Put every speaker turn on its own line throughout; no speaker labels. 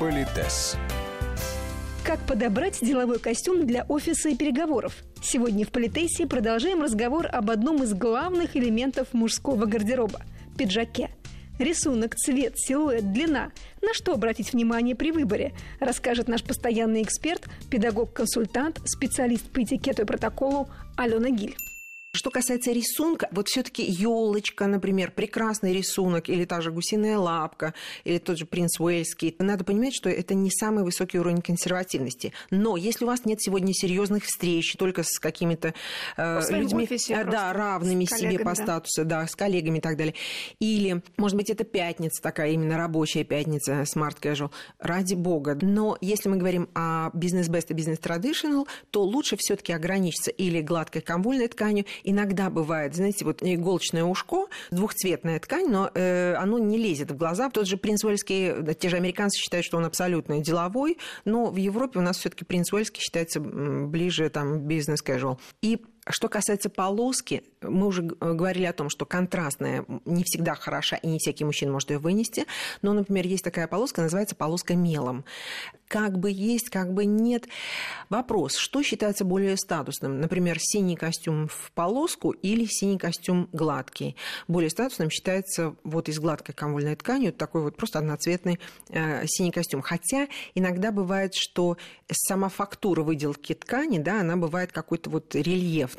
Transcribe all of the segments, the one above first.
Политес.
Как подобрать деловой костюм для офиса и переговоров? Сегодня в Политесе продолжаем разговор об одном из главных элементов мужского гардероба – пиджаке. Рисунок, цвет, силуэт, длина. На что обратить внимание при выборе? Расскажет наш постоянный эксперт, педагог-консультант, специалист по этикету и протоколу Алена Гиль.
Что касается рисунка, вот все-таки елочка, например, прекрасный рисунок, или та же гусиная лапка, или тот же принц Уэльский. Надо понимать, что это не самый высокий уровень консервативности. Но если у вас нет сегодня серьезных встреч, только с какими-то людьми, равными себе по статусу, с коллегами и так далее. Или, может быть, это пятница такая, именно рабочая пятница, smart casual, ради бога. Но если мы говорим о бизнес-бест и бизнес-традиционал, то лучше все-таки ограничиться или гладкой камвольной тканью. Иногда бывает, знаете, вот иголочное ушко, двухцветная ткань, но оно не лезет в глаза. Тот же принц Уэльский, те же американцы считают, что он абсолютно деловой, но в Европе у нас все-таки принц Уэльский считается ближе бизнес-casual. И что касается полоски, мы уже говорили о том, что контрастная не всегда хороша, и не всякий мужчина может ее вынести. Но, например, есть такая полоска, называется полоска мелом. Как бы есть, как бы нет. Вопрос, что считается более статусным? Например, синий костюм в полоску или синий костюм гладкий? Более статусным считается вот из гладкой камвольной ткани такой вот просто одноцветный синий костюм. Хотя иногда бывает, что сама фактура выделки ткани, она бывает какой-то вот рельеф.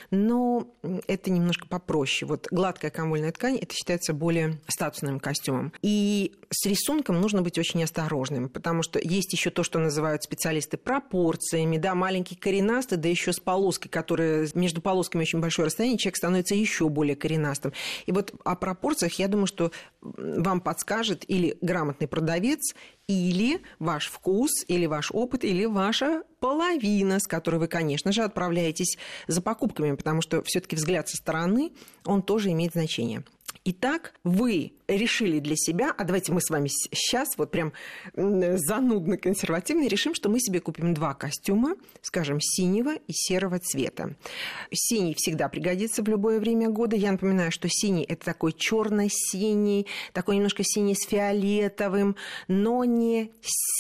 Но это немножко попроще. Вот гладкая камвольная ткань, это считается более статусным костюмом. И с рисунком нужно быть очень осторожным, потому что есть еще то, что называют специалисты пропорциями, маленький коренастый, еще с полоской, которая между полосками очень большое расстояние, человек становится еще более коренастым. И вот о пропорциях, я думаю, что вам подскажет или грамотный продавец, или ваш вкус, или ваш опыт, или ваша половина, с которой вы, конечно же, отправляетесь за покупками, потому что все-таки взгляд со стороны, он тоже имеет значение. Итак, вы решили для себя, а давайте мы с вами сейчас вот прям занудно консервативно решим, что мы себе купим 2 костюма, скажем, синего и серого цвета. Синий всегда пригодится в любое время года. Я напоминаю, что синий – это такой черно-синий, такой немножко синий с фиолетовым, но не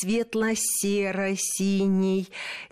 светло-серо-синий,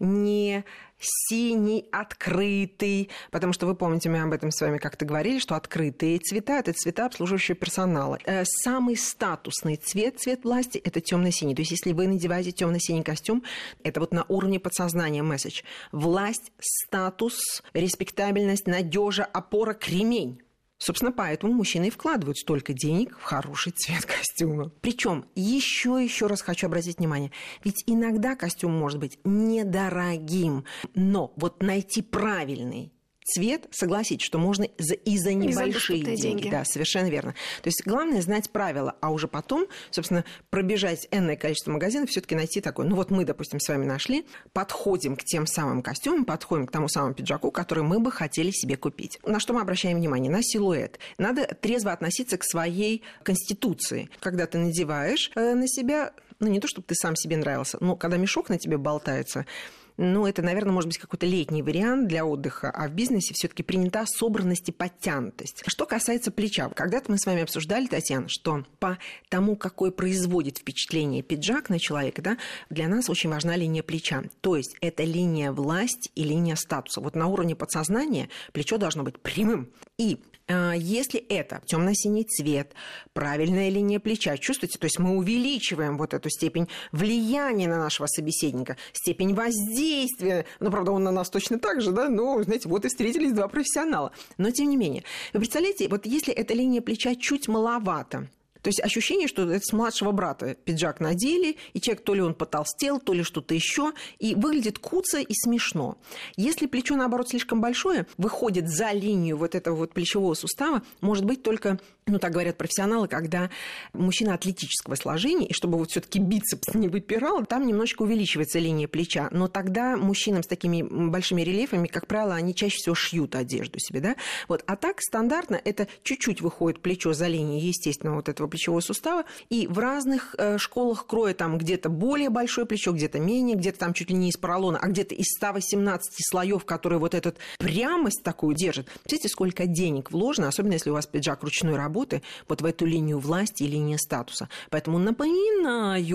не синий, открытый, потому что вы помните, мы об этом с вами как-то говорили, что открытые цвета – это цвета обслуживающего персонала. Самый статусный цвет власти – это темно-синий. То есть, если вы надеваете темно-синий костюм, это вот на уровне подсознания месседж. Власть, статус, респектабельность, надежа, опора, кремень. Собственно, поэтому мужчины и вкладывают столько денег в хороший цвет костюма. Причем еще раз хочу обратить внимание, ведь иногда костюм может быть недорогим, но вот найти правильный цвет, согласитесь, что можно и за небольшие деньги. Да, совершенно верно. То есть главное знать правила, а уже потом, собственно, пробежать энное количество магазинов, все-таки найти такой. Мы, допустим, с вами нашли, подходим к тем самым костюмам, подходим к тому самому пиджаку, который мы бы хотели себе купить. На что мы обращаем внимание? На силуэт. Надо трезво относиться к своей конституции. Когда ты надеваешь на себя, не то, чтобы ты сам себе нравился, но когда мешок на тебе болтается, это, наверное, может быть какой-то летний вариант для отдыха, а в бизнесе все-таки принята собранность и подтянутость. Что касается плеча, когда-то мы с вами обсуждали, Татьяна, что по тому, какой производит впечатление пиджак на человека, для нас очень важна линия плеча. То есть это линия власти и линия статуса. Вот на уровне подсознания плечо должно быть прямым. И если это темно-синий цвет, правильная линия плеча, чувствуете, то есть мы увеличиваем вот эту степень влияния на нашего собеседника, степень воздействия. Правда, он на нас точно так же, знаете, вот и встретились 2 профессионала. Но тем не менее, вы представляете, вот если эта линия плеча чуть маловато, то есть ощущение, что это с младшего брата пиджак надели, и человек то ли он потолстел, то ли что-то еще, и выглядит куцо и смешно. Если плечо, наоборот, слишком большое, выходит за линию вот этого вот плечевого сустава, может быть только, так говорят профессионалы, когда мужчина атлетического сложения, и чтобы вот все-таки бицепс не выпирал, там немножечко увеличивается линия плеча. Но тогда мужчинам с такими большими рельефами, как правило, они чаще всего шьют одежду себе, А так стандартно это чуть-чуть выходит плечо за линией, естественно, вот этого плечевого сустава, и в разных школах кроя там где-то более большое плечо, где-то менее, где-то там чуть ли не из поролона, а где-то из 118 слоев, которые вот эту прямость такую держат. Представляете, сколько денег вложено, особенно если у вас пиджак ручной работы, вот в эту линию власти и линию статуса. Поэтому напоминаю,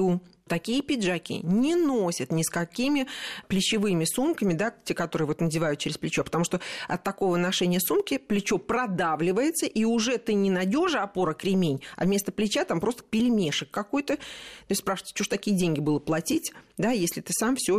Такие пиджаки не носят ни с какими плечевыми сумками, да, те, которые вот надевают через плечо, потому что от такого ношения сумки плечо продавливается, и уже ты не надежа опора кремень, а вместо плеча там просто пельмешек какой-то. То есть спрашиваете, что ж такие деньги было платить, да, если ты сам всю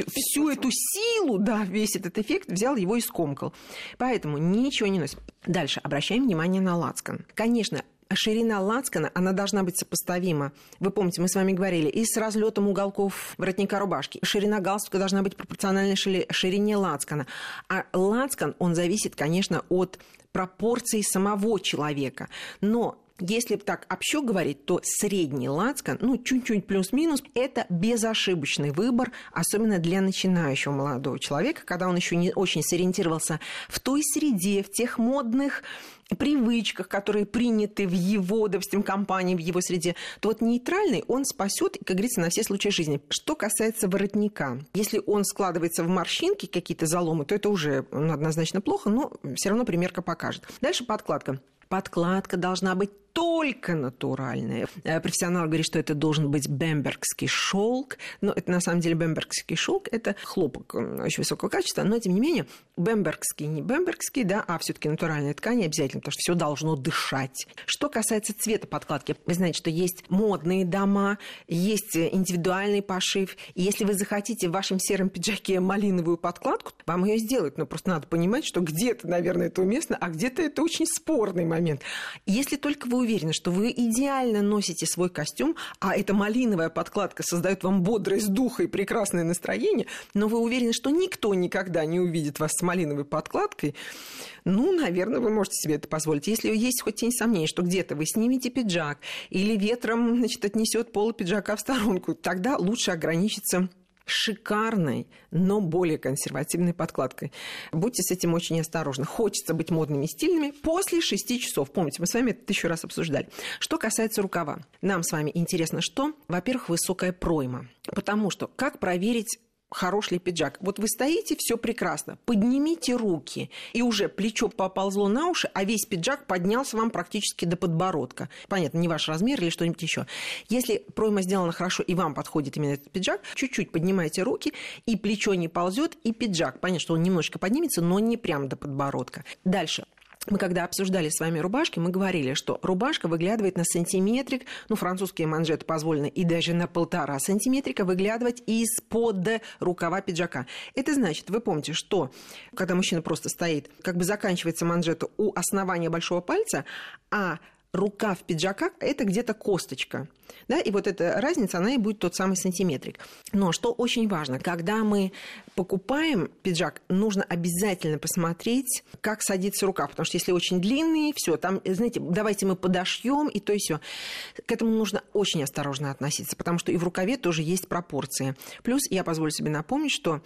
эту силу, да, весь этот эффект взял его и скомкал. Поэтому ничего не носит. Дальше обращаем внимание на лацкан. Конечно, ширина лацкана, она должна быть сопоставима. Вы помните, мы с вами говорили, и с разлетом уголков воротника рубашки. Ширина галстука должна быть пропорциональна ширине лацкана. А лацкан, он зависит, конечно, от пропорций самого человека. Но если так общо говорить, то средний лацкан, чуть-чуть плюс-минус, это безошибочный выбор, особенно для начинающего молодого человека, когда он еще не очень сориентировался в той среде, в тех модных привычках, которые приняты в его, допустим, компании, в его среде, то вот нейтральный он спасет, как говорится, на все случаи жизни. Что касается воротника, если он складывается в морщинки, какие-то заломы, то это уже однозначно плохо, но все равно примерка покажет. Дальше подкладка. Подкладка должна быть только натуральная. Профессионал говорит, что это должен быть бембергский шелк, но это на самом деле бембергский шелк, это хлопок очень высокого качества, но тем не менее бембергский не бембергский, да, а все-таки натуральная ткань обязательно, потому что все должно дышать. Что касается цвета подкладки, вы знаете, что есть модные дома, есть индивидуальный пошив, и если вы захотите в вашем сером пиджаке малиновую подкладку, вам ее сделают, но просто надо понимать, что где-то, наверное, это уместно, а где-то это очень спорный момент. Если только вы уверены, что вы идеально носите свой костюм, а эта малиновая подкладка создает вам бодрость духа и прекрасное настроение, но вы уверены, что никто никогда не увидит вас с малиновой подкладкой, наверное, вы можете себе это позволить. Если есть хоть тень сомнений, что где-то вы снимете пиджак или ветром, отнесет полу пиджака в сторонку, тогда лучше ограничиться шикарной, но более консервативной подкладкой. Будьте с этим очень осторожны. Хочется быть модными и стильными после 6 часов. Помните, мы с вами это 1000 раз обсуждали. Что касается рукава. Нам с вами интересно что? Во-первых, высокая пройма. Потому что как проверить, хорош ли пиджак? Вот вы стоите, все прекрасно. Поднимите руки, и уже плечо поползло на уши, а весь пиджак поднялся вам практически до подбородка. Понятно, не ваш размер или что-нибудь еще. Если пройма сделана хорошо и вам подходит именно этот пиджак, чуть-чуть поднимайте руки, и плечо не ползет, и пиджак. Понятно, что он немножечко поднимется, но не прям до подбородка. Дальше. Мы когда обсуждали с вами рубашки, мы говорили, что рубашка выглядывает на сантиметрик, французские манжеты позволены и даже на 1,5 сантиметрика выглядывать из-под рукава пиджака. Это значит, вы помните, что когда мужчина просто стоит, заканчивается манжета у основания большого пальца, а рукав пиджака – это где-то косточка. Да? И вот эта разница, она и будет тот самый сантиметрик. Но что очень важно, когда мы покупаем пиджак, нужно обязательно посмотреть, как садится рукав. Потому что если очень длинный, все, там, знаете, давайте мы подошьем и то и сё. К этому нужно очень осторожно относиться, потому что и в рукаве тоже есть пропорции. Плюс я позволю себе напомнить, что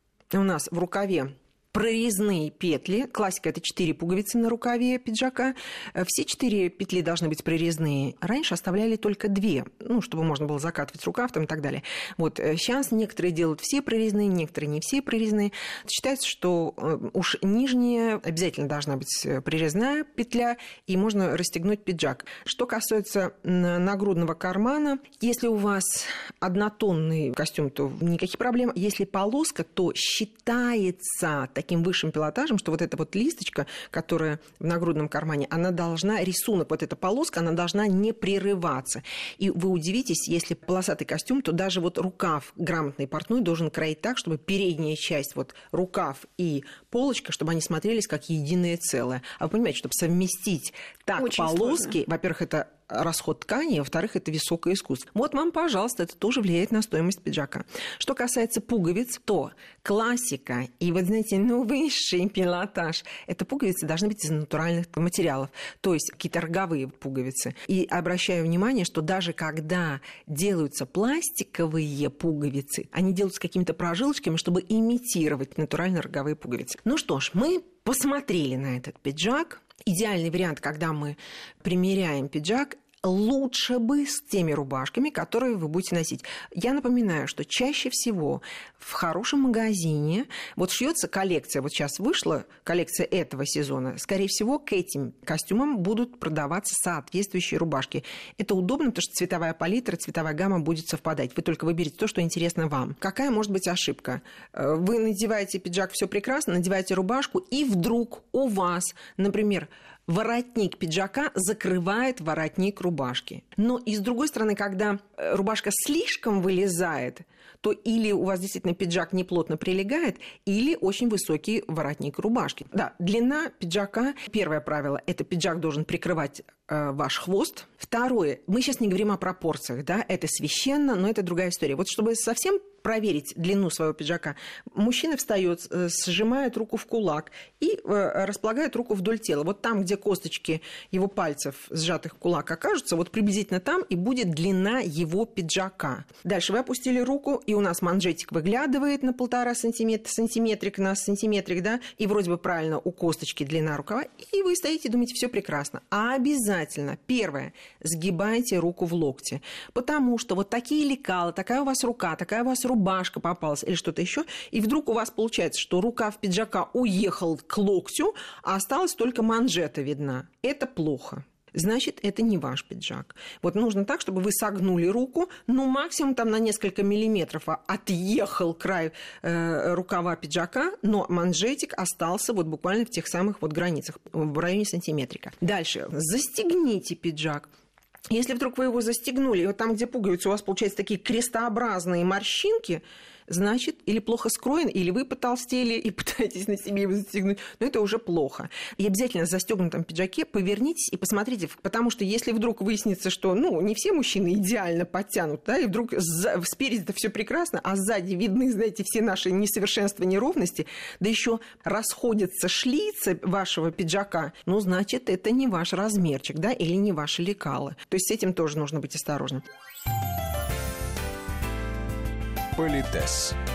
у нас в рукаве прорезные петли. Классика – это 4 пуговицы на рукаве пиджака. Все 4 петли должны быть прорезные. Раньше оставляли только 2, чтобы можно было закатывать рукав и так далее. Вот сейчас некоторые делают все прорезные, некоторые не все прорезные. Считается, что уж нижняя обязательно должна быть прорезная петля, и можно расстегнуть пиджак. Что касается нагрудного кармана, если у вас однотонный костюм, то никаких проблем. Если полоска, то считается таким высшим пилотажем, что вот эта вот листочка, которая в нагрудном кармане, она должна, рисунок, вот эта полоска, она должна не прерываться. И вы удивитесь, если полосатый костюм, то даже вот рукав грамотный портной должен кроить так, чтобы передняя часть, вот рукав и полочка, чтобы они смотрелись как единое целое. А вы понимаете, чтобы совместить так очень полоски, сложно. Во-первых, это расход ткани, а во-вторых, это высокое искусство. Вот вам, пожалуйста, это тоже влияет на стоимость пиджака. Что касается пуговиц, то классика и, вот знаете, высший пилотаж, это пуговицы должны быть из натуральных материалов, то есть какие-то роговые пуговицы. И обращаю внимание, что даже когда делаются пластиковые пуговицы, они делаются какими-то прожилочками, чтобы имитировать натурально роговые пуговицы. Ну что ж, мы посмотрели на этот пиджак. Идеальный вариант, когда мы примеряем пиджак, лучше бы с теми рубашками, которые вы будете носить. Я напоминаю, что чаще всего в хорошем магазине вот шьется коллекция, вот сейчас вышла коллекция этого сезона, скорее всего, к этим костюмам будут продаваться соответствующие рубашки. Это удобно, потому что цветовая палитра, цветовая гамма будет совпадать. Вы только выберете то, что интересно вам. Какая может быть ошибка? Вы надеваете пиджак, все прекрасно, надеваете рубашку, и вдруг у вас, например, воротник пиджака закрывает воротник рубашки. Но и с другой стороны, когда рубашка слишком вылезает, то или у вас действительно пиджак неплотно прилегает, или очень высокий воротник рубашки. Да, длина пиджака. Первое правило – это пиджак должен прикрывать ваш хвост. Второе, мы сейчас не говорим о пропорциях, да, это священно, но это другая история. Вот чтобы совсем проверить длину своего пиджака, мужчина встает, сжимает руку в кулак и располагает руку вдоль тела. Вот там, где косточки его пальцев, сжатых в кулак, окажутся, вот приблизительно там и будет длина его пиджака. Дальше вы опустили руку, и у нас манжетик выглядывает на 1,5 сантиметрик на сантиметрик, да, и вроде бы правильно у косточки длина рукава, и вы стоите и думаете, все прекрасно. А обязательно, первое, сгибайте руку в локте, потому что вот такие лекала, такая у вас рука, такая у вас рубашка попалась или что-то еще, и вдруг у вас получается, что рукав пиджака уехал к локтю, а осталась только манжета видна. Это плохо. Значит, это не ваш пиджак. Вот нужно так, чтобы вы согнули руку, ну, максимум там на несколько миллиметров отъехал край рукава пиджака, но манжетик остался вот буквально в тех самых вот границах, в районе сантиметрика. Дальше. Застегните пиджак. Если вдруг вы его застегнули, и вот там, где пуговицы, у вас получаются такие крестообразные морщинки, значит, или плохо скроен, или вы потолстели и пытаетесь на себе его застегнуть, но это уже плохо. И обязательно в застегнутом пиджаке повернитесь и посмотрите, потому что если вдруг выяснится, что, ну, не все мужчины идеально подтянут, да, и вдруг спереди-то все прекрасно, а сзади видны, знаете, все наши несовершенства, неровности, да еще расходятся шлицы вашего пиджака, ну, значит, это не ваш размерчик, да, или не ваши лекала. То есть с этим тоже нужно быть осторожным.
Политес.